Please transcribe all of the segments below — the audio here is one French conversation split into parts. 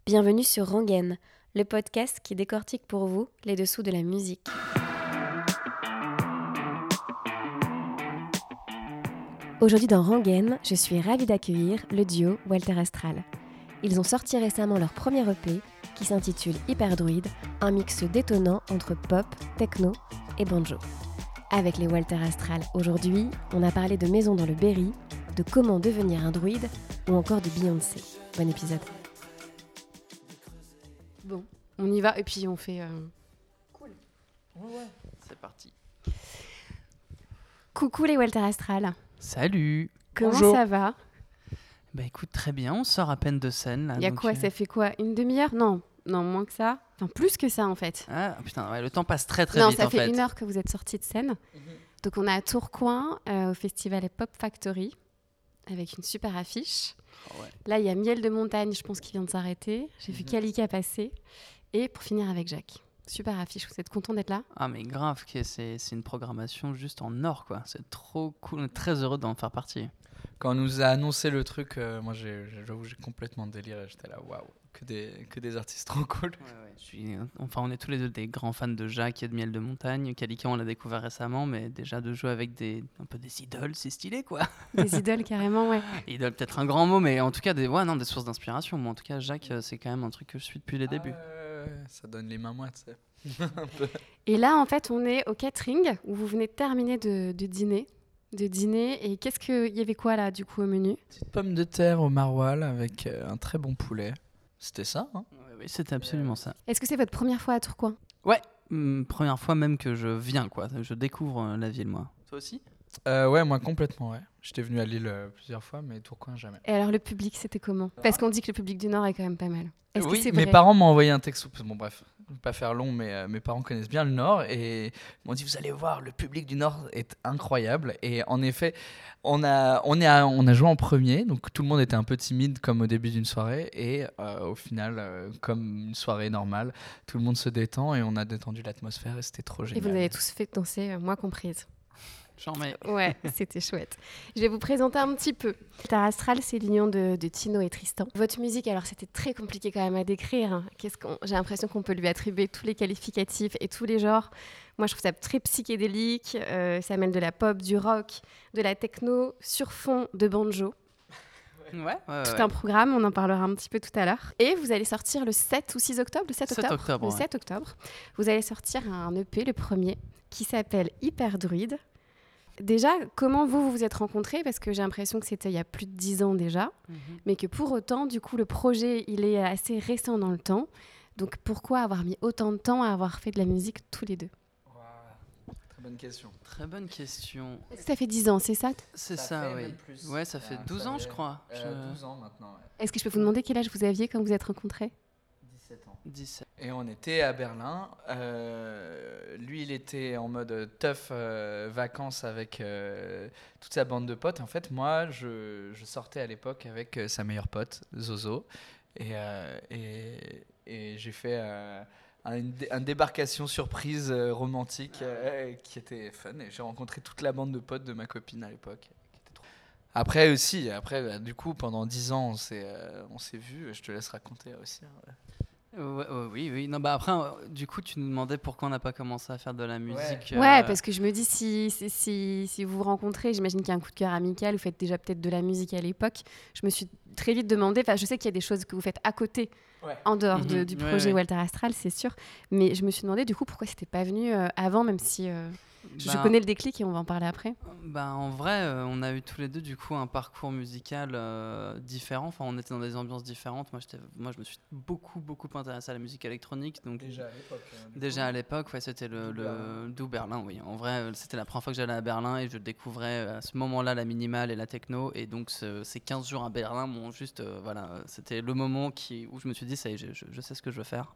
Bienvenue sur Rengaine, le podcast qui décortique pour vous les dessous de la musique. Aujourd'hui dans Rengaine, je suis ravie d'accueillir le duo Walter Astral. Ils ont sorti récemment leur premier EP qui s'intitule Hyperdruid, un mix détonnant entre pop, techno et banjo. Avec les Walter Astral, aujourd'hui, on a parlé de Maison dans le Berry, de comment devenir un druide ou encore de Beyoncé. Bon épisode. Bon, on y va et puis on fait... Cool. Ouais, c'est parti. Coucou les Walter Astral. Salut. Comment Bonjour. ça va? Bah écoute, très bien, on sort à peine de scène. Là, Il y a donc, quoi? Ça fait quoi? Une demi-heure? Non, moins que ça. Enfin, plus que ça en fait. Ah putain, ouais, le temps passe très très non, vite ça en fait fait. 1 heure que vous êtes sortis de scène. Donc on est à Tourcoing, au festival Pop Factory, avec une super affiche. Oh, ouais. Là, il y a Miel de Montagne, je pense, qui vient de s'arrêter. J'ai vu Kalika passer. Et pour finir avec Jacques. Super affiche, vous êtes content d'être là? Ah mais grave, c'est une programmation juste en or quoi. C'est trop cool, on est très heureux d'en faire partie. Quand on nous a annoncé le truc, moi j'avoue j'ai complètement déliré. J'étais là, waouh, que des artistes trop cool. Enfin, on est tous les deux des grands fans de Jacques et de Miel de Montagne. Kalika, on l'a découvert récemment, mais déjà de jouer avec un peu des idoles, c'est stylé quoi. Des idoles carrément, ouais. Idole, peut-être un grand mot, mais en tout cas des sources d'inspiration. Moi, en tout cas, Jacques, c'est quand même un truc que je suis depuis les débuts. Ça donne les mains moites, tu sais. Et là, en fait, on est au catering où vous venez de terminer de dîner. Et qu'est-ce qu'il y avait quoi là du coup au menu? Petite pomme de terre au maroilles avec un très bon poulet. C'était ça, hein? Oui, c'était absolument ça. Est-ce que c'est votre première fois à Tourcoing? Ouais, première fois même que je viens, quoi. Je découvre la ville, moi. Toi aussi? Ouais, moi complètement, ouais. J'étais venu à Lille plusieurs fois, mais Tourcoing jamais. Et alors le public, c'était comment? Parce qu'on dit que le public du Nord est quand même pas mal. Est-ce Oui, que c'est mes vrai? parents m'ont envoyé un texto. Bon, bref, je vais pas faire long, mais mes parents connaissent bien le Nord et m'ont dit vous allez voir, le public du Nord est incroyable. Et en effet, on a joué en premier, donc tout le monde était un peu timide comme au début d'une soirée. Et au final, comme une soirée normale, tout le monde se détend et on a détendu l'atmosphère et c'était trop Et génial. vous avez tous fait danser, moi comprise. J'en mets. Ouais, c'était chouette. Je vais vous présenter un petit peu. Walter Astral, c'est l'union de Tino et Tristan. Votre musique, alors c'était très compliqué quand même à décrire. Hein. J'ai l'impression qu'on peut lui attribuer tous les qualificatifs et tous les genres. Moi, je trouve ça très psychédélique. Ça mêle de la pop, du rock, de la techno, sur fond de banjo. Ouais. Tout un programme, on en parlera un petit peu tout à l'heure. Et vous allez sortir le 7 ou 6 octobre, le 7 octobre. Le 7 octobre. Vous allez sortir un EP, le premier, qui s'appelle Hyperdruid. Déjà, comment vous vous êtes rencontrés? Parce que j'ai l'impression que c'était il y a plus de 10 ans déjà, mais que pour autant, du coup, le projet, il est assez récent dans le temps. Donc, pourquoi avoir mis autant de temps à avoir fait de la musique tous les deux? Très bonne question. Très bonne question. Est-ce que ça fait 10 ans, c'est ça? C'est ça, oui. Ouais, ça fait 12 ans, je crois. 12 ans maintenant, ouais. Est-ce que je peux vous demander quel âge vous aviez quand vous êtes rencontrés? 17 ans. 17. Et on était à Berlin. Lui, il était en mode tough vacances avec toute sa bande de potes. En fait, moi, je sortais à l'époque avec sa meilleure pote, Zozo. Et j'ai fait une débarcation surprise romantique qui était fun. Et j'ai rencontré toute la bande de potes de ma copine à l'époque. Après, du coup, pendant 10 ans, on s'est vus. Je te laisse raconter aussi. Hein, ouais. Oui. Non, bah après, du coup, tu nous demandais pourquoi on n'a pas commencé à faire de la musique. Ouais, parce que je me dis, si vous vous rencontrez, j'imagine qu'il y a un coup de cœur amical, vous faites déjà peut-être de la musique à l'époque. Je me suis très vite demandé, je sais qu'il y a des choses que vous faites à côté, en dehors du projet Walter Astral, c'est sûr. Mais je me suis demandé, du coup, pourquoi c'était pas venu avant, même si je connais le déclic et on va en parler après. En vrai, on a eu tous les deux, du coup, un parcours musical différent. Enfin, on était dans des ambiances différentes. Moi, je me suis beaucoup intéressé à la musique électronique. Donc, déjà à l'époque, ouais, c'était le Doux Berlin, oui. En vrai, c'était la première fois que j'allais à Berlin et je découvrais à ce moment-là la minimale et la techno. Et donc, ces 15 jours à Berlin m'ont juste... c'était le moment où je me suis dit, ça y est, je sais ce que je veux faire.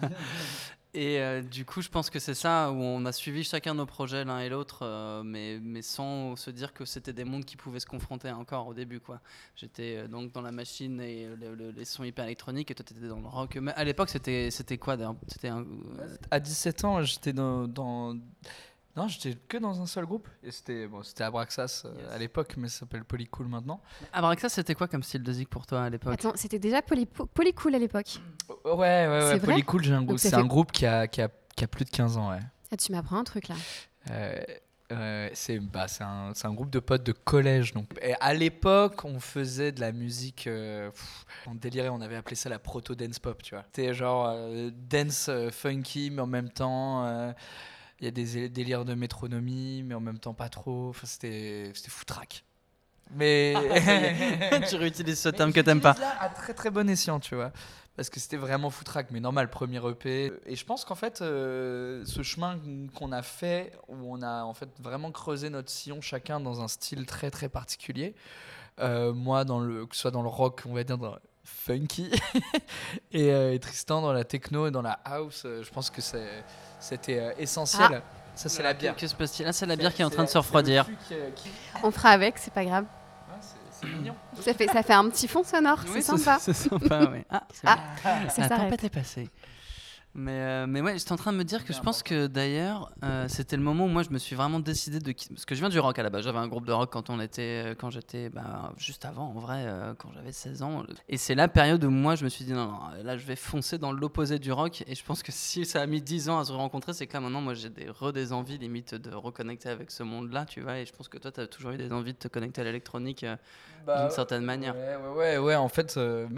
Et du coup, je pense que c'est ça où on a suivi chacun nos projets l'un et l'autre, mais sans se dire que c'était des mondes qui pouvaient se confronter encore au début, quoi. J'étais donc dans la machine et les sons hyper électroniques, et toi t'étais dans le rock. Mais à l'époque, c'était quoi d'ailleurs? À 17 ans, j'étais dans Non, j'étais que dans un seul groupe. Et c'était Abraxas à l'époque, mais ça s'appelle Polycool maintenant. Abraxas, c'était quoi comme style de zik pour toi à l'époque? Attends, c'était déjà Polycool à l'époque. Ouais. Polycool, c'est un groupe qui a plus de 15 ans, ouais. Ah, tu m'apprends un truc là. C'est un groupe de potes de collège. Donc. Et à l'époque, on faisait de la musique. On délirait, on avait appelé ça la proto-dance pop, tu vois. C'était genre dance funky, mais en même temps, il y a des délires de métronomie, mais en même temps pas trop. Enfin, c'était foutraque. Mais. Tu réutilises ce terme que t'aimes pas. Là, à très très bon escient, tu vois. Parce que c'était vraiment foutraque, mais normal, premier EP. Et je pense qu'en fait, ce chemin qu'on a fait, où on a en fait vraiment creusé notre sillon chacun dans un style très très particulier. Moi, que ce soit dans le rock, on va dire dans le funky, et Tristan dans la techno et dans la house, je pense que c'était essentiel. Ça, c'est la bière. Que se passe-t-il? Là, c'est la bière qui est en train de se refroidir. On fera avec, c'est pas grave. C'est mignon. Ça fait un petit fond sonore, Oui, c'est sympa. C'est sympa, oui. Ça La s'arrête. tempête est passée. Mais ouais, j'étais en train de me dire que je pense que d'ailleurs, c'était le moment où moi je me suis vraiment décidé de quitter. Parce que je viens du rock à la base. J'avais un groupe de rock quand j'étais juste avant, en vrai, quand j'avais 16 ans. Et c'est la période où moi je me suis dit non, là je vais foncer dans l'opposé du rock. Et je pense que si ça a mis 10 ans à se rencontrer, c'est que là maintenant, moi j'ai des envies limite de reconnecter avec ce monde-là, tu vois. Et je pense que toi, tu as toujours eu des envies de te connecter à l'électronique d'une certaine manière. Ouais, en fait,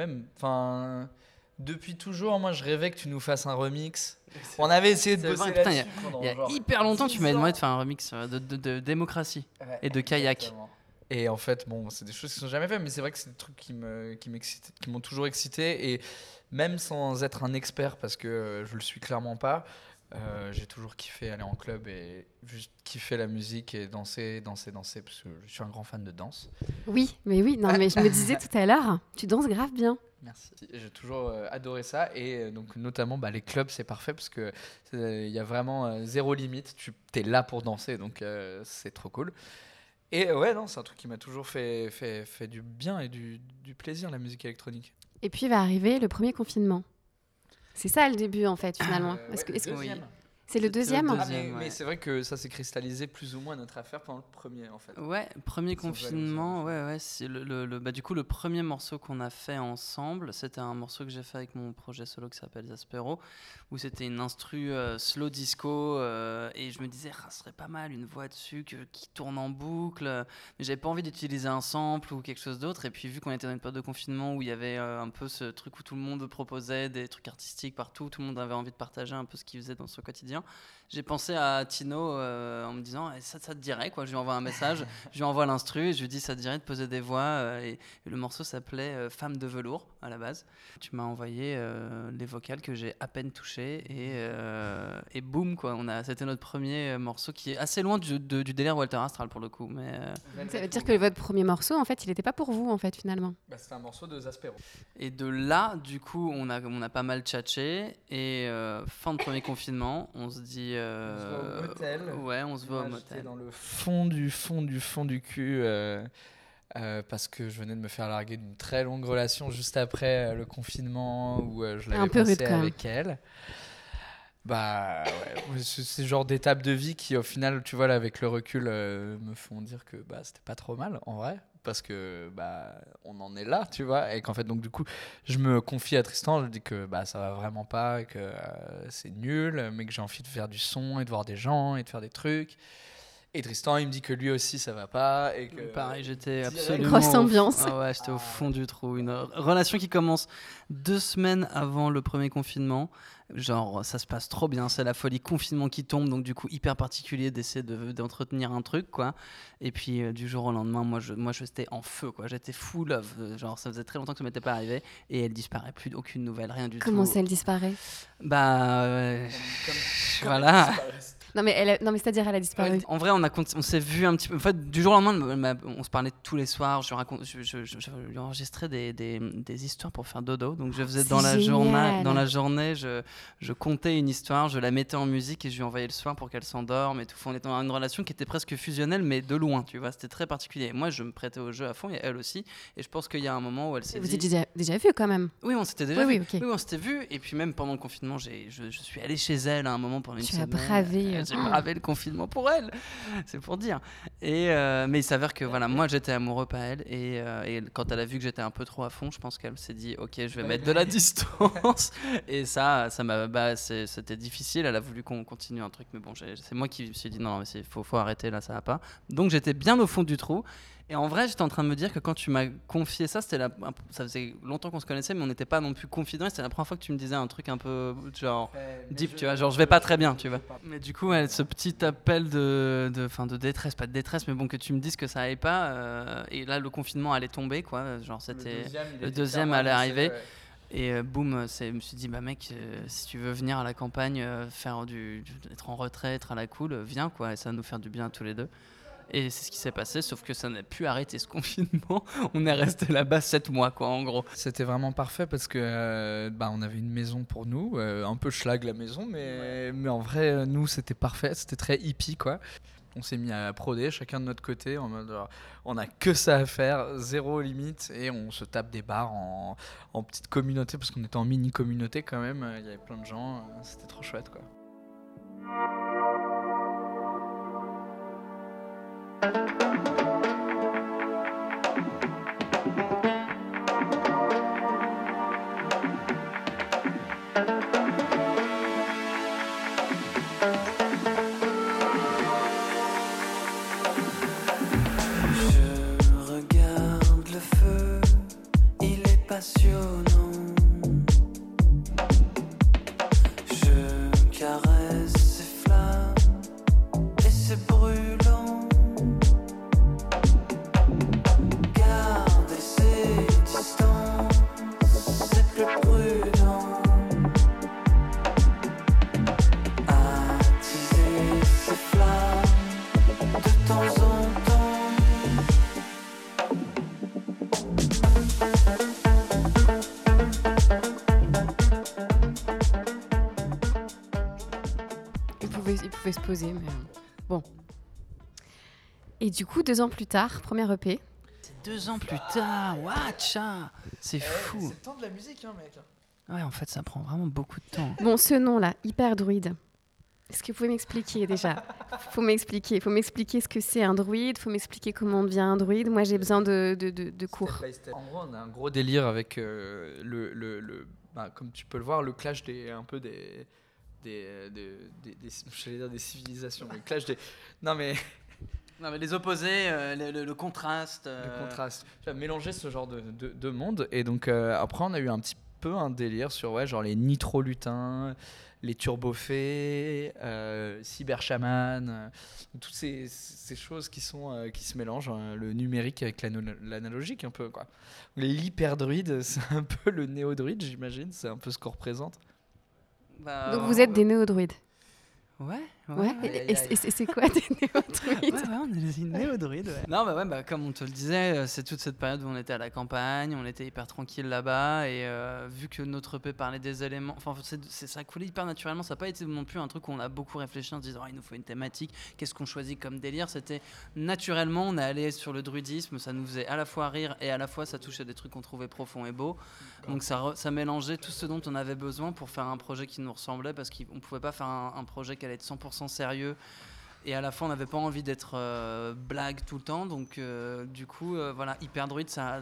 depuis toujours, moi je rêvais que tu nous fasses un remix. On avait essayé de bosser là-dessus. Il y a hyper longtemps, tu m'avais demandé de faire un remix de Démocratie et de Kayak. Exactement. Et en fait, c'est des choses qui sont jamais faites, mais c'est vrai que c'est des trucs qui m'ont toujours excité. Et même sans être un expert, parce que je le suis clairement pas, j'ai toujours kiffé aller en club et juste kiffer la musique et danser, parce que je suis un grand fan de danse. Oui, mais je me disais tout à l'heure, tu danses grave bien. Merci. J'ai toujours adoré ça et donc notamment les clubs, c'est parfait parce que il y a vraiment zéro limite. Tu es là pour danser, donc c'est trop cool. Et c'est un truc qui m'a toujours fait du bien et du plaisir, la musique électronique. Et puis va arriver le premier confinement. C'est ça le début en fait finalement. C'est le deuxième. Mais c'est vrai que ça s'est cristallisé plus ou moins notre affaire pendant le premier en fait. Ouais, premier confinement, ouais. C'est du coup le premier morceau qu'on a fait ensemble, c'était un morceau que j'ai fait avec mon projet solo qui s'appelle Zaspero, où c'était une instru slow disco et je me disais ça serait pas mal une voix dessus qui tourne en boucle, mais j'avais pas envie d'utiliser un sample ou quelque chose d'autre. Et puis vu qu'on était dans une période de confinement où il y avait un peu ce truc où tout le monde proposait des trucs artistiques partout, tout le monde avait envie de partager un peu ce qu'il faisait dans son quotidien. J'ai pensé à Tino en me disant ça te dirait quoi. Je lui envoie un message, je lui envoie l'instru et je lui dis ça te dirait de poser des voix et le morceau s'appelait Femme de velours à la base. Tu m'as envoyé les vocales que j'ai à peine touchées et boum quoi. C'était notre premier morceau qui est assez loin du délire Walter Astral pour le coup. Mais ça veut dire que votre premier morceau en fait il n'était pas pour vous en fait finalement. C'était un morceau de Zaspero. Et de là du coup on a pas mal tchatché et fin de premier confinement on se dit on se voit au motel. Ouais, on se voit au motel. J'étais dans le fond du cul parce que je venais de me faire larguer d'une très longue relation juste après le confinement où je l'avais passé avec elle. C'est le genre d'étapes de vie qui au final, tu vois là avec le recul me font dire que c'était pas trop mal en vrai. Parce que on en est là, tu vois, et qu'en fait donc du coup je me confie à Tristan, je dis que ça va vraiment pas, et que c'est nul, mais que j'ai envie de faire du son et de voir des gens et de faire des trucs. Et Tristan il me dit que lui aussi ça va pas et que pareil, j'étais absolument grosse ambiance. J'étais au fond du trou, une relation qui commence 2 semaines avant le premier confinement. Genre ça se passe trop bien, c'est la folie, confinement qui tombe, donc du coup hyper particulier d'essayer d'entretenir un truc quoi. Et puis du jour au lendemain moi j'étais en feu quoi, j'étais full love, genre ça faisait très longtemps que ça m'était pas arrivé et elle disparaît, plus aucune nouvelle, rien du tout. Comment ça elle disparaît? Voilà. Non mais c'est-à-dire elle a disparu. En vrai, on s'est vu un petit peu. En fait, du jour au lendemain, on se parlait tous les soirs. Je lui enregistrais des histoires pour faire dodo. Donc je faisais dans la journée, je comptais une histoire, je la mettais en musique et je lui envoyais le soir pour qu'elle s'endorme et tout. On était dans une relation qui était presque fusionnelle, mais de loin, tu vois. C'était très particulier. Moi, je me prêtais au jeu à fond et elle aussi. Et je pense qu'il y a un moment où elle s'est dit. Vous étiez déjà vu quand même? Oui, on s'était déjà vu. Oui, okay. Oui, on s'était vu. Et puis même pendant le confinement, je suis allé chez elle à un moment pendant une semaine. Tu as bravé. j'ai bravé le confinement pour elle, c'est pour dire. Mais il s'avère que voilà, moi j'étais amoureux pas elle, et quand elle a vu que j'étais un peu trop à fond, je pense qu'elle s'est dit ok, je vais mettre de la distance. Et ça c'était difficile. Elle a voulu qu'on continue un truc, mais bon, c'est moi qui me suis dit non, mais faut arrêter là, ça va pas. Donc j'étais bien au fond du trou. Et en vrai, j'étais en train de me dire que quand tu m'as confié ça, ça faisait longtemps qu'on se connaissait, mais on n'était pas non plus confidents. C'était la première fois que tu me disais un truc un peu genre deep, tu vois, genre je vais pas très bien, tu vois. Mais du coup, ce petit appel de détresse, pas de détresse, mais bon, que tu me dises que ça allait pas. Et là, le confinement allait tomber, quoi. Genre, c'était le deuxième allait arriver. Et boum, je me suis dit, bah mec, si tu veux venir à la campagne, être en retrait, être à la cool, viens, quoi. Et ça va nous faire du bien tous les deux. Et c'est ce qui s'est passé, sauf que ça n'a pu arrêter ce confinement. On est resté là-bas 7 mois, quoi, en gros. C'était vraiment parfait parce que on avait une maison pour nous, un peu schlag la maison, mais en vrai, nous, c'était parfait. C'était très hippie, quoi. On s'est mis à proder, chacun de notre côté, en mode on a que ça à faire, zéro limite, et on se tape des bars en petite communauté, parce qu'on était en mini-communauté quand même. Il y avait plein de gens, c'était trop chouette, quoi. Il pouvait se poser, mais bon. Et du coup, 2 ans plus tard, première EP. C'est 2 ans plus tard, watcha. C'est fou. C'est le temps de la musique, hein, mec. Ouais, en fait, ça prend vraiment beaucoup de temps. Bon, ce nom-là, Hyperdruide. Est-ce que vous pouvez m'expliquer déjà ? Faut m'expliquer ce que c'est un druide, faut m'expliquer comment on devient un druide. Moi, j'ai besoin de cours. En gros, on a un gros délire avec comme tu peux le voir, le clash des j'allais dire des civilisations, le clash des... Non mais les opposés, le contraste. Le contraste. Tu as mélangé ce genre de monde, et donc après on a eu un petit peu un délire sur genre les nitro-lutins, les turbofées, cyber-chamans, toutes ces choses qui se mélangent, hein, le numérique avec l'analogique un peu, quoi. L'hyperdruide, c'est un peu le néo-druide, j'imagine, c'est un peu ce qu'on représente. Donc vous êtes des néo-druides. Ouais. Et c'est quoi des néo-druides ? Ouais, on est des néo-druides. Ouais. Non, comme on te le disait, c'est toute cette période où on était à la campagne, on était hyper tranquille là-bas, et vu que notre EP parlait des éléments, ça coulait hyper naturellement. Ça n'a pas été non plus un truc où on a beaucoup réfléchi en se disant il nous faut une thématique, qu'est-ce qu'on choisit comme délire. C'était naturellement, on est allé sur le druidisme, ça nous faisait à la fois rire et à la fois ça touchait des trucs qu'on trouvait profonds et beaux. Donc ça mélangeait tout ce dont on avait besoin pour faire un projet qui nous ressemblait, parce qu'on ne pouvait pas faire un projet qui allait être 100% sérieux, et à la fois on n'avait pas envie d'être blague tout le temps, donc du coup Hyperdruide ça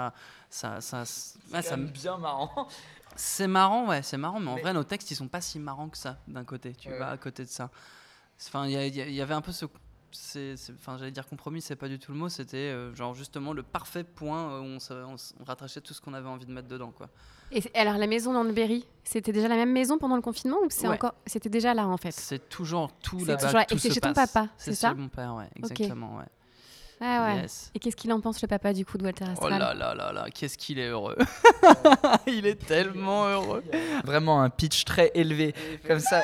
bien marrant. C'est marrant, mais en vrai nos textes ils sont pas si marrants que ça d'un côté, tu vas à côté de ça. Enfin il y avait un peu j'allais dire compromis, c'est pas du tout le mot, c'était genre justement le parfait point où on rattachait tout ce qu'on avait envie de mettre dedans, quoi. Et alors la maison dans le Berry, c'était déjà la même maison pendant le confinement, ou c'était déjà là en fait ? C'est toujours tout là-bas. Et c'est chez ton papa, c'est ça ? C'est chez mon père, ouais, exactement, okay. Ouais. Ah ouais. Yes. Et qu'est-ce qu'il en pense, le papa, du coup, de Walter Astral ? Oh là, qu'est-ce qu'il est heureux. Il est tellement heureux. Vraiment un pitch très élevé, comme ça.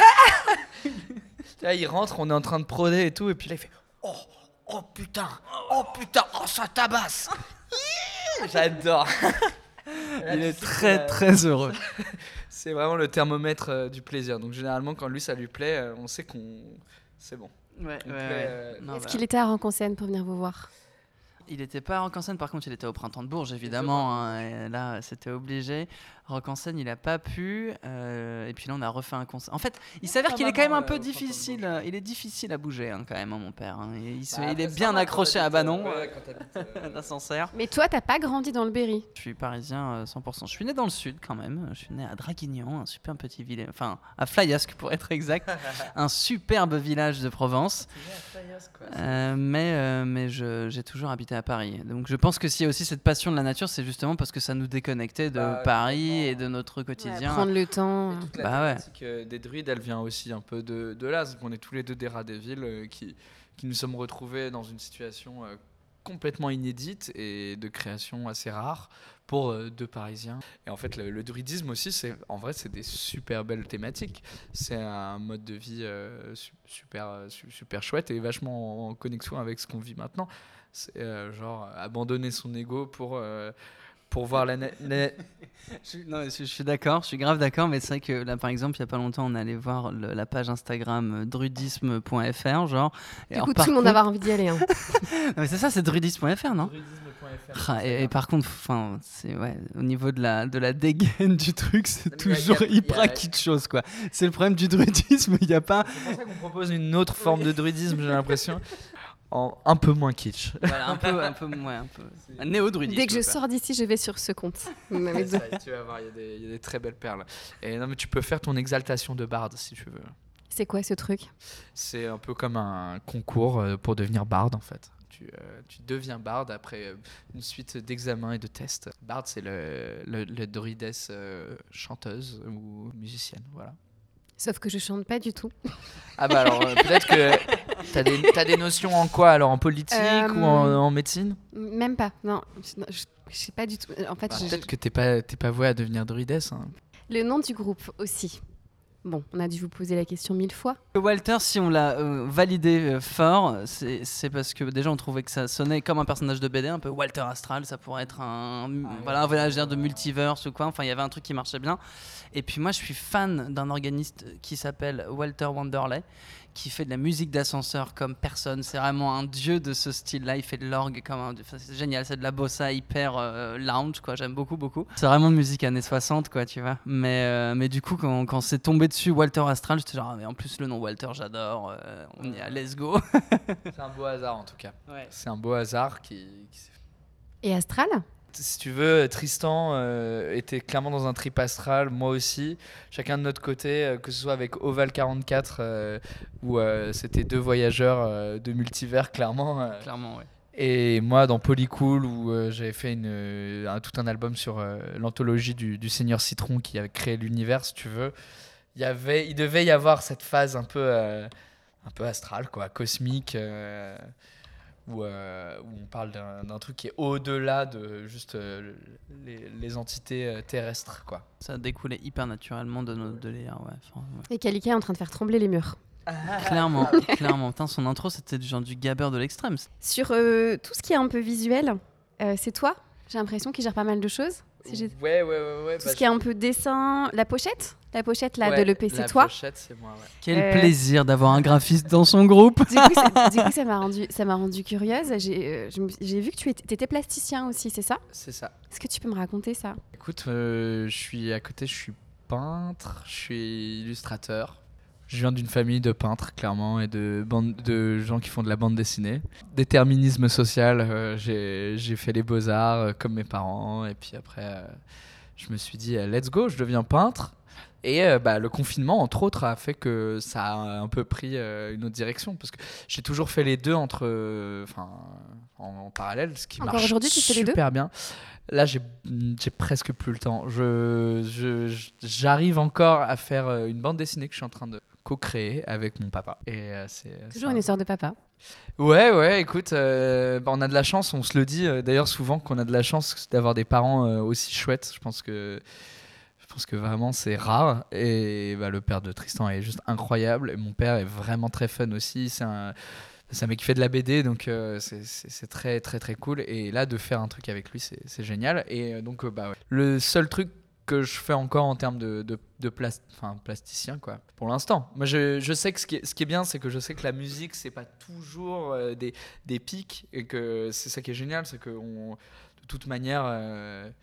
Là, il rentre, on est en train de proder et tout, et puis là il fait oh putain, ça tabasse. J'adore. Il est très très heureux. C'est vraiment le thermomètre du plaisir. Donc généralement quand lui ça lui plaît, on sait c'est bon. Ouais. Est-ce qu'il était à Rock-en-Seine pour venir vous voir ? Il n'était pas à Rock-en-Seine, par contre il était au Printemps de Bourges évidemment, hein, et là c'était obligé. Rock en scène, il a pas pu. Et puis là, on a refait un concert. En fait, il s'avère qu'il est quand même un peu difficile. Il est difficile à bouger, hein, quand même, mon père. Hein. Il est bien accroché à Banon, l'ascenseur. Mais toi, t'as pas grandi dans le Berry. Je suis parisien 100%. Je suis né dans le sud, quand même. Je suis né à Draguignan, un super petit village. Enfin, à Flayasque, pour être exact. Un superbe village de Provence. Mais j'ai toujours habité à Paris. Donc je pense que s'il y a aussi cette passion de la nature, c'est justement parce que ça nous déconnectait de Paris et de notre quotidien. Prendre le temps. Toute la thématique des druides, elle vient aussi un peu de là. On est tous les deux des rats des villes qui nous sommes retrouvés dans une situation complètement inédite et de création assez rare pour deux Parisiens. Et en fait, le druidisme aussi, c'est des super belles thématiques. C'est un mode de vie super chouette et vachement en connexion avec ce qu'on vit maintenant. C'est genre abandonner son ego pour voir je suis d'accord, je suis grave d'accord, mais c'est vrai que là, par exemple, il y a pas longtemps, on allait voir la page Instagram druidisme.fr, genre. Du coup, tout le monde va avoir envie d'y aller. Hein. Mais c'est ça, c'est druidisme.fr, non ? Et par contre, c'est au niveau de la dégaine du truc, c'est toujours hyper kitschose, quoi. C'est le problème du druidisme, il y a pas. C'est pour ça qu'on propose une autre forme de druidisme, j'ai l'impression. Un peu moins kitsch. Voilà, un peu un néo-druidisme. Dès que je sors d'ici, je vais sur ce compte. Tu vas voir, il y a des très belles perles. Et non, mais tu peux faire ton exaltation de barde si tu veux. C'est quoi ce truc ? C'est un peu comme un concours pour devenir barde en fait. Tu deviens barde après une suite d'examens et de tests. Barde, c'est le druidesse chanteuse ou musicienne, voilà. Sauf que je chante pas du tout. Ah bah alors peut-être que t'as des notions en quoi alors, en politique ou en médecine ? Même pas, non. Je sais pas du tout. En fait, peut-être que t'es pas vouée à devenir druidesse. Hein. Le nom du groupe aussi. Bon, on a dû vous poser la question 1000 fois. Walter, si on l'a validé fort, c'est parce que déjà on trouvait que ça sonnait comme un personnage de BD, un peu Walter Astral, ça pourrait être un voyageur de multiverse ou quoi, enfin il y avait un truc qui marchait bien. Et puis moi je suis fan d'un organiste qui s'appelle Walter Wanderley, qui fait de la musique d'ascenseur comme personne. C'est vraiment un dieu de ce style-là. Il fait de l'orgue comme c'est génial. C'est de la bossa hyper lounge, quoi. J'aime beaucoup. C'est vraiment de musique années 60, quoi, tu vois. Mais du coup, quand c'est tombé dessus Walter Astral, j'étais genre, mais en plus, le nom Walter, j'adore. On y est, let's go. C'est un beau hasard, en tout cas. Ouais. C'est un beau hasard qui Et Astral ? Si tu veux, Tristan était clairement dans un trip astral, moi aussi, chacun de notre côté, que ce soit avec Oval 44 où c'était deux voyageurs de multivers, clairement. Clairement, ouais. Et moi dans Polycool où j'avais fait tout un album sur l'anthologie du Seigneur Citron qui avait créé l'univers, si tu veux. Il devait y avoir cette phase un peu astrale, quoi, cosmique. Où on parle d'un truc qui est au-delà de juste les entités terrestres, quoi. Ça découlait hyper naturellement de notre délire, ouais. Et Kalika est en train de faire trembler les murs. Clairement. Putain, son intro, c'était du gabber de l'extrême. Sur tout ce qui est un peu visuel, c'est toi ? J'ai l'impression qu'il gère pas mal de choses. Ouais. Tout ce qui est un peu dessin, la pochette là, de l'EP, c'est toi. La pochette, c'est moi, ouais. Quel plaisir d'avoir un graphiste dans son groupe. Du coup, ça m'a rendu curieuse. J'ai vu que tu étais plasticien aussi, c'est ça ? C'est ça. Est-ce que tu peux me raconter ça ? Écoute, je suis peintre, je suis illustrateur. Je viens d'une famille de peintres, clairement, et de gens qui font de la bande dessinée. Déterminisme social, j'ai fait les beaux-arts comme mes parents. Et puis après, je me suis dit, let's go, je deviens peintre. Et le confinement, entre autres, a fait que ça a un peu pris une autre direction. Parce que j'ai toujours fait les deux en parallèle, ce qui Encore marche aujourd'hui, tu fais les deux ? super bien. Là, j'ai presque plus le temps. J'arrive encore à faire une bande dessinée que je suis en train de co-créer avec mon papa. Et c'est toujours une histoire de papa. Ouais, écoute, on a de la chance, on se le dit d'ailleurs souvent qu'on a de la chance d'avoir des parents aussi chouettes. Je pense que vraiment c'est rare. Et le père de Tristan est juste incroyable. Et mon père est vraiment très fun aussi. C'est un mec qui fait de la BD, donc c'est très très très cool. Et là, de faire un truc avec lui, c'est génial. Et donc, ouais. Le seul truc que je fais encore en termes de plasticien, quoi, pour l'instant. Moi, je sais que ce qui est bien, c'est que je sais que la musique, c'est pas toujours des pics, et que c'est ça qui est génial, c'est que de toute manière,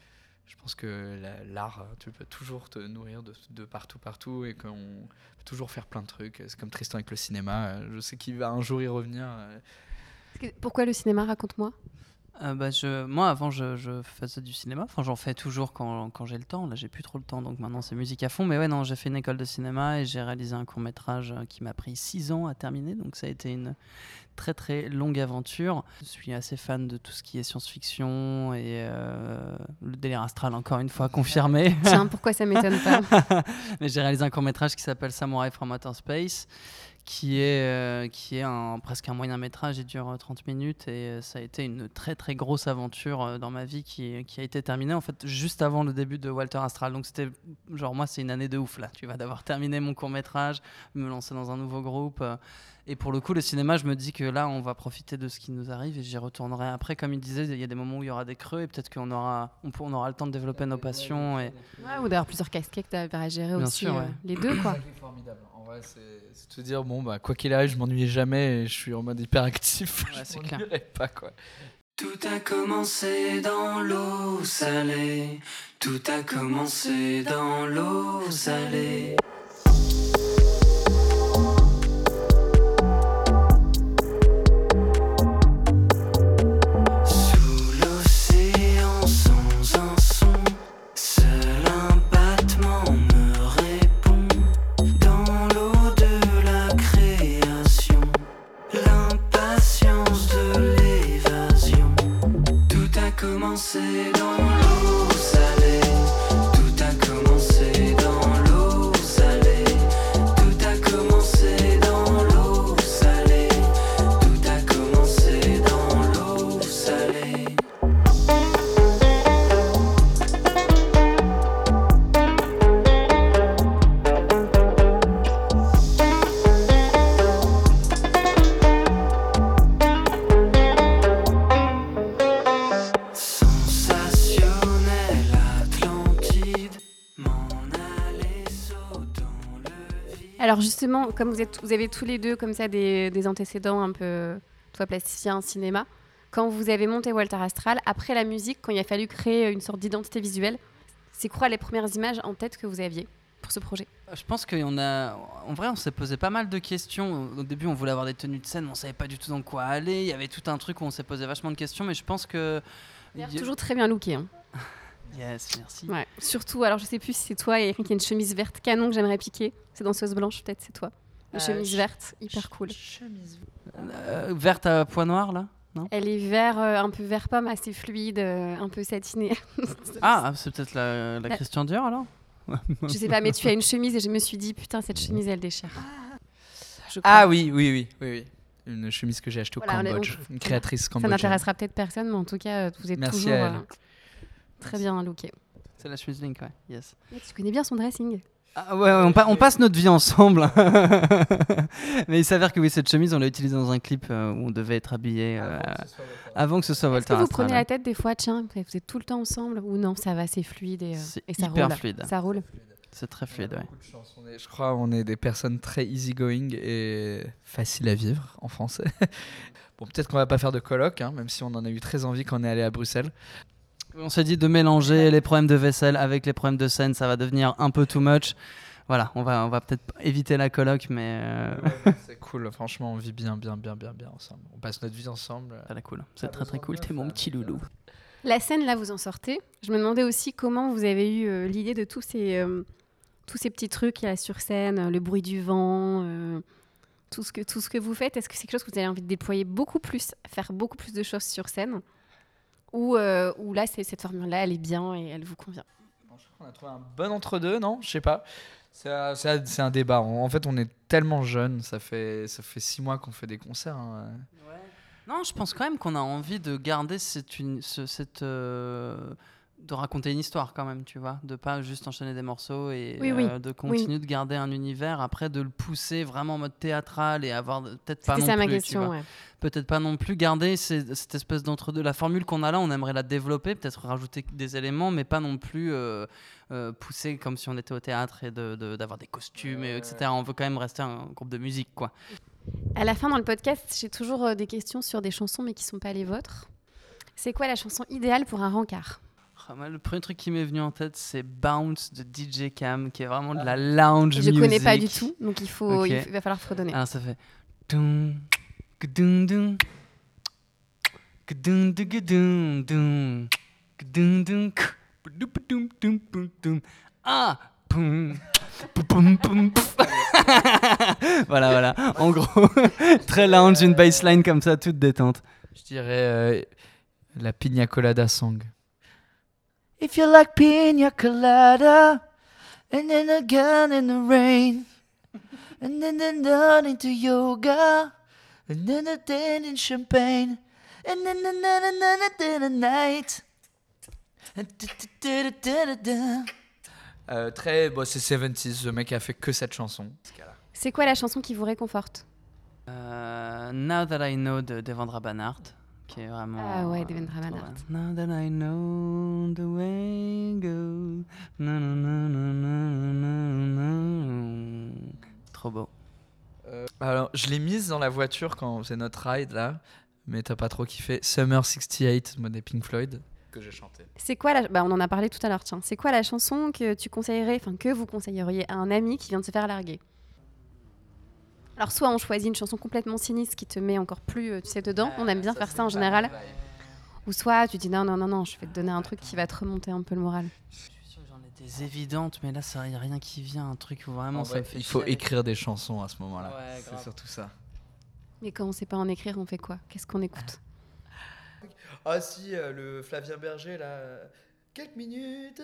Je pense que l'art, tu peux toujours te nourrir de partout et qu'on peut toujours faire plein de trucs. C'est comme Tristan avec le cinéma. Je sais qu'il va un jour y revenir. Pourquoi le cinéma, raconte-moi. Moi, avant, je faisais du cinéma. Enfin, j'en fais toujours quand j'ai le temps. Là, j'ai plus trop le temps, donc maintenant, c'est musique à fond. Mais ouais, non, j'ai fait une école de cinéma et j'ai réalisé un court-métrage qui m'a pris 6 ans à terminer. Donc, ça a été une très, très longue aventure. Je suis assez fan de tout ce qui est science-fiction et le délire astral, encore une fois, confirmé. Tiens, pourquoi ça m'étonne pas. Mais j'ai réalisé un court-métrage qui s'appelle Samurai from Outer Space, qui est presque un moyen métrage. Il dure 30 minutes et ça a été une très très grosse aventure dans ma vie qui a été terminée en fait juste avant le début de Walter Astral. Donc c'était genre, moi c'est une année de ouf là, tu vois, d'avoir terminé mon court métrage, me lancer dans un nouveau groupe. Et pour le coup, le cinéma, je me dis que là, on va profiter de ce qui nous arrive et j'y retournerai après. Comme il disait, il y a des moments où il y aura des creux et peut-être qu'on aura le temps de développer nos passions. Ou d'avoir plusieurs casquettes à gérer. Bien aussi, sûr, les deux, quoi. C'est formidable. En vrai, c'est te dire, quoi qu'il arrive, je m'ennuie jamais et je suis en mode hyperactif. Ouais, je m'ennuierai pas, quoi. Tout a commencé dans l'eau salée. Tout a commencé dans l'eau salée. C'est dans l'eau salée. Tout a commencé dans l'eau salée. Tout a commencé dans l'eau salée. Tout a commencé dans l'eau salée. Alors justement, comme vous avez tous les deux comme ça des antécédents un peu, toi plasticien, cinéma, quand vous avez monté Walter Astral, après la musique, quand il a fallu créer une sorte d'identité visuelle, c'est quoi les premières images en tête que vous aviez pour ce projet ? Je pense en vrai, on s'est posé pas mal de questions. Au début, on voulait avoir des tenues de scène, mais on savait pas du tout dans quoi aller. Il y avait tout un truc où on s'est posé vachement de questions, mais je pense que... Toujours très bien looké, hein. Yes, merci. Ouais. Surtout, alors je sais plus si c'est toi et Eric qui a une chemise verte canon que j'aimerais piquer. C'est dans Sauce Blanche, peut-être c'est toi. Une chemise verte, hyper cool. Verte à pois noirs, là ? Non ? Elle est un peu vert pomme, assez fluide, un peu satinée. Ah, c'est peut-être la Christian Dior, alors ? Je sais pas, mais tu as une chemise et je me suis dit, putain, cette chemise, elle déchire. Oui. Une chemise que j'ai achetée au Cambodge. Une créatrice cambodgienne. Ça n'intéressera peut-être personne, mais en tout cas, vous êtes toujours très bien lookés. C'est la chemise Link, ouais. Yes. Mais tu connais bien son dressing. Ah ouais, on passe notre vie ensemble. Mais il s'avère que oui, cette chemise, on l'a utilisée dans un clip où on devait être habillés avant que ce soit Walter Astral. Est-ce que vous prenez la tête des fois, tiens, vous êtes tout le temps ensemble ou non, ça va, c'est fluide et c'est ça hyper roule. Fluide. Ça roule. C'est très fluide, ouais. Je crois qu'on est des personnes très easygoing et faciles à vivre en français. Bon, peut-être qu'on va pas faire de colloque, hein, même si on en a eu très envie quand on est allé à Bruxelles. On s'est dit de mélanger les problèmes de vaisselle avec les problèmes de scène, ça va devenir un peu too much. Voilà, on va peut-être éviter la coloc, mais... C'est cool, franchement, on vit bien ensemble. On passe notre vie ensemble. C'est cool, c'est très très cool, t'es mon petit loulou. La scène, là, vous en sortez. Je me demandais aussi comment vous avez eu l'idée de tous ces petits trucs qu'il y a sur scène, le bruit du vent, tout ce que vous faites. Est-ce que c'est quelque chose que vous avez envie de déployer beaucoup plus, faire beaucoup plus de choses sur scène ? Ou là, cette formule-là, elle est bien et elle vous convient ? Je crois qu'on a trouvé un bon entre-deux, non ? Je sais pas. C'est un débat. En fait, on est tellement jeunes. Ça fait 6 mois qu'on fait des concerts. Hein. Ouais. Non, je pense quand même qu'on a envie de garder de raconter une histoire quand même, tu vois, de pas juste enchaîner des morceaux et de continuer de garder un univers, après de le pousser vraiment en mode théâtral et avoir peut-être pas non plus. C'était ça ma question, ouais. Peut-être pas non plus garder cette espèce d'entre-deux. La formule qu'on a là, on aimerait la développer, peut-être rajouter des éléments, mais pas non plus pousser comme si on était au théâtre et d'avoir des costumes, etc. On veut quand même rester un groupe de musique, quoi. À la fin dans le podcast, j'ai toujours des questions sur des chansons mais qui sont pas les vôtres. C'est quoi la chanson idéale pour un rencard ? Le premier truc qui m'est venu en tête, c'est Bounce de DJ Cam, qui est vraiment de la lounge music. Je connais pas du tout, donc il va falloir fredonner. Alors ça fait... Dum, gdum, dum, gdum, gdum, dum, gdum, dum, gdum, dum, dum, dum. Ah, poum, poum, poum, poum. Voilà. En gros, très lounge, une bassline comme ça, toute détente. Je dirais la Pina Colada song. If you like Pina Colada, and then again in the rain, and then down into yoga, and then in champagne, and then the night. C'est 70s, le mec a fait que cette chanson. C'est quoi la chanson qui vous réconforte? Now That I Know de Devendra Banhart, qui est vraiment... Ah ouais, Devendra Banhart. Now that I know the way goes. Trop beau. Alors, je l'ai mise dans la voiture quand on faisait notre ride là, mais t'as pas trop kiffé. Summer 68, moi des Pink Floyd, que j'ai chanté. C'est quoi on en a parlé tout à l'heure, tiens. C'est quoi la chanson que vous conseilleriez à un ami qui vient de se faire larguer? Alors, soit on choisit une chanson complètement sinistre qui te met encore plus, dedans. On aime bien faire ça en général. Ou soit tu dis non, je vais te donner un truc qui va te remonter un peu le moral. Je suis sûr que j'en ai des évidentes, mais là, il n'y a rien qui vient. Un truc où vraiment ça me fait Il faut chialer. écrire des chansons à ce moment-là. Ouais, c'est grave. surtout ça. Mais quand on sait pas en écrire, on fait quoi? Qu'est-ce qu'on écoute? Ah si, le Flavien Berger là. Quelques minutes.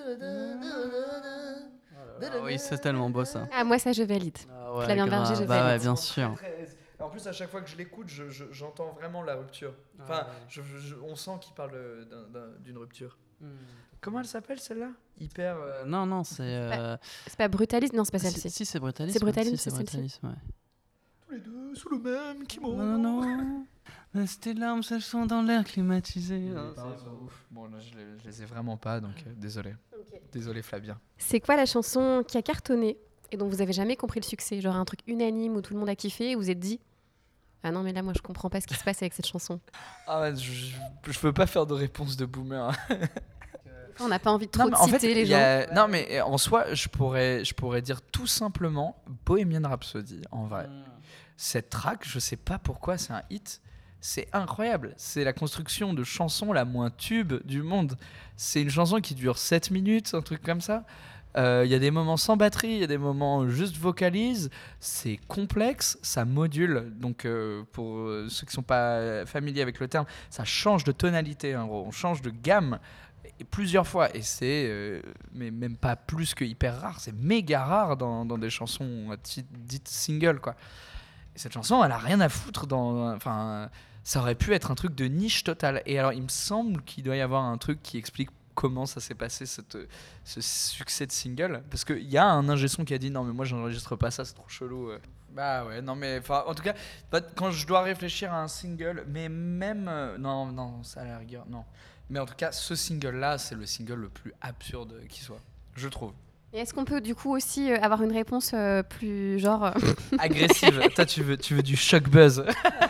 Ah oui, c'est tellement beau ça. Ah, moi, ça, je valide. Ah ouais, Flavien Berger, je bah valide. ouais, bien sûr. En plus, à chaque fois que je l'écoute, j'entends vraiment la rupture. Enfin, on sent qu'il parle d'une rupture. Comment elle s'appelle celle-là? Hyper. Non, c'est. C'est pas Brutaliste? Non, c'est pas celle-ci. Si, c'est Brutalis. C'est Brutalis, c'est c'est Brutalis, ouais. Tous les deux sous le même qui m'ont. Non. Tes larmes, elles sont dans l'air climatisé. Bon, là, je les ai vraiment pas, donc désolé. Okay. Désolé, Flavien. C'est quoi la chanson qui a cartonné et dont vous avez jamais compris le succès? Genre un truc unanime où tout le monde a kiffé et vous êtes dit ah non, mais là, moi, je comprends pas ce qui se passe avec cette chanson. Ah ouais, je veux pas faire de réponse de boomer. On n'a pas envie de trop citer les gens. Non, mais en soi, je pourrais dire tout simplement Bohemian Rhapsody, en vrai. Cette track, je sais pas pourquoi, c'est un hit. C'est incroyable. C'est la construction de chanson la moins tube du monde. C'est une chanson qui dure 7 minutes, un truc comme ça. Il y a des moments sans batterie, il y a des moments juste vocalise. C'est complexe, ça module. Donc, pour ceux qui ne sont pas familiers avec le terme, ça change de tonalité. En gros. On change de gamme plusieurs fois. Et c'est mais même pas plus que hyper rare. C'est méga rare dans des chansons dites single, quoi. Et cette chanson, elle a rien à foutre enfin, ça aurait pu être un truc de niche totale. Et alors, il me semble qu'il doit y avoir un truc qui explique comment ça s'est passé, ce succès de single. Parce qu'il y a un ingé son qui a dit non, mais moi, j'enregistre pas ça, c'est trop chelou. Bah ouais, non, mais en tout cas, quand je dois réfléchir à un single, mais même. Non, ça à la rigueur, non. Mais en tout cas, ce single-là, c'est le single le plus absurde qui soit, je trouve. Et est-ce qu'on peut du coup aussi avoir une réponse plus genre agressive? Toi, tu veux du shock buzz?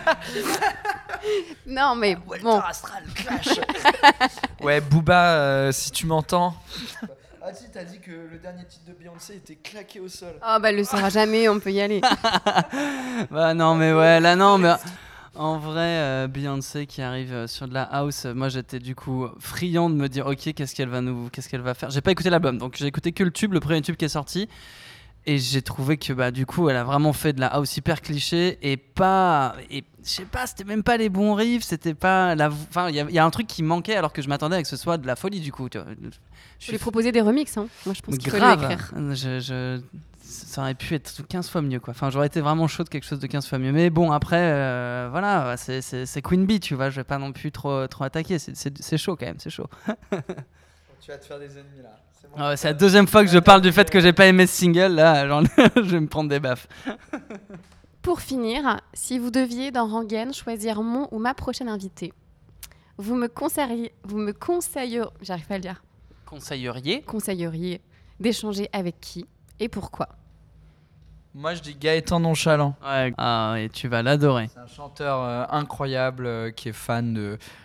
Non, mais bon. Astral Clash. Ouais, Booba, si tu m'entends. Ah si, t'as dit que le dernier titre de Beyoncé était claqué au sol. Oh bah, elle le saura jamais, on peut y aller. Bah non, mais ouais, là non, mais en vrai, Beyoncé qui arrive sur de la house, moi j'étais du coup friand de me dire ok, qu'est-ce qu'elle va faire. J'ai pas écouté l'album, donc j'ai écouté que le premier tube qui est sorti. Et j'ai trouvé que bah du coup elle a vraiment fait de la house hyper cliché et je sais pas, c'était même pas les bons riffs, c'était pas enfin il y a un truc qui manquait alors que je m'attendais à que ce soit de la folie du coup, tu vois. Je lui proposer des remixes, hein. Moi je pense qu'il faut l'écrire. Grave. Ça aurait pu être 15 fois mieux, quoi. Enfin, j'aurais été vraiment chaud de quelque chose de 15 fois mieux. Mais bon, après, voilà, c'est Queen Bee, tu vois. Je vais pas non plus trop attaquer. C'est chaud quand même, c'est chaud. Tu vas te faire des ennemis là. C'est la deuxième fois que je parle du fait que j'ai pas aimé ce single. Là, genre, je vais me prendre des baffes. Pour finir, si vous deviez dans Rengaine choisir mon ou ma prochaine invitée, vous me conseilleriez, j'arrive pas à le dire. Conseilleriez d'échanger avec qui et pourquoi? Moi, je dis Gaëtan Nonchalant. Ouais. Ah, et tu vas l'adorer. C'est un chanteur incroyable qui est fan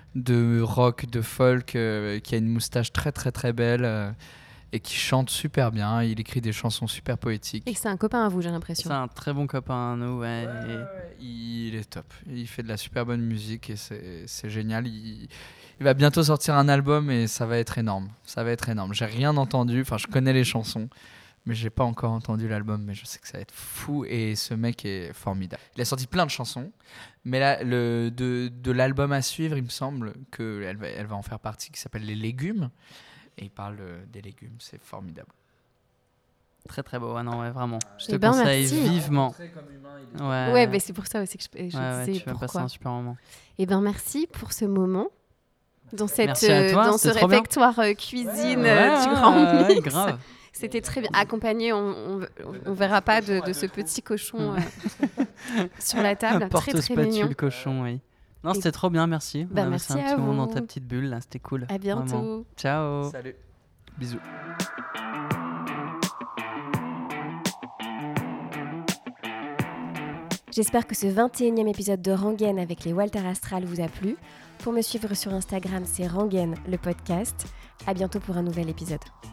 de rock, de folk, qui a une moustache très très très belle et qui chante super bien. Il écrit des chansons super poétiques. Et c'est un copain à vous, j'ai l'impression. C'est un très bon copain à nous, ouais. Il est top. Il fait de la super bonne musique et c'est génial. Il va bientôt sortir un album et ça va être énorme. Ça va être énorme. J'ai rien entendu. Enfin, je connais les chansons, mais j'ai pas encore entendu l'album. Mais je sais que ça va être fou et ce mec est formidable. Il a sorti plein de chansons, mais là, de l'album à suivre, il me semble qu'elle va en faire partie, qui s'appelle Les Légumes. Et il parle des légumes, c'est formidable. Très très beau, non, ouais, vraiment. Je te conseille vivement. Ouais, mais c'est pour ça aussi que je disais pourquoi. Tu vas passer un super moment. Et merci pour ce moment. Dans ce réfectoire cuisine du Grand Mix. Grave. C'était très bien. Accompagné, on verra pas de ce petit cochon sur la table. Très très mignon. Le cochon, oui. Non, c'était trop bien, merci. On a merci passé un à petit vous. moment dans ta petite bulle, là, c'était cool. À bientôt. Vraiment. Ciao. Salut. Bisous. J'espère que ce 21e épisode de Rengaine avec les Walter Astral vous a plu. Pour me suivre sur Instagram, c'est Rengaine, le podcast. À bientôt pour un nouvel épisode.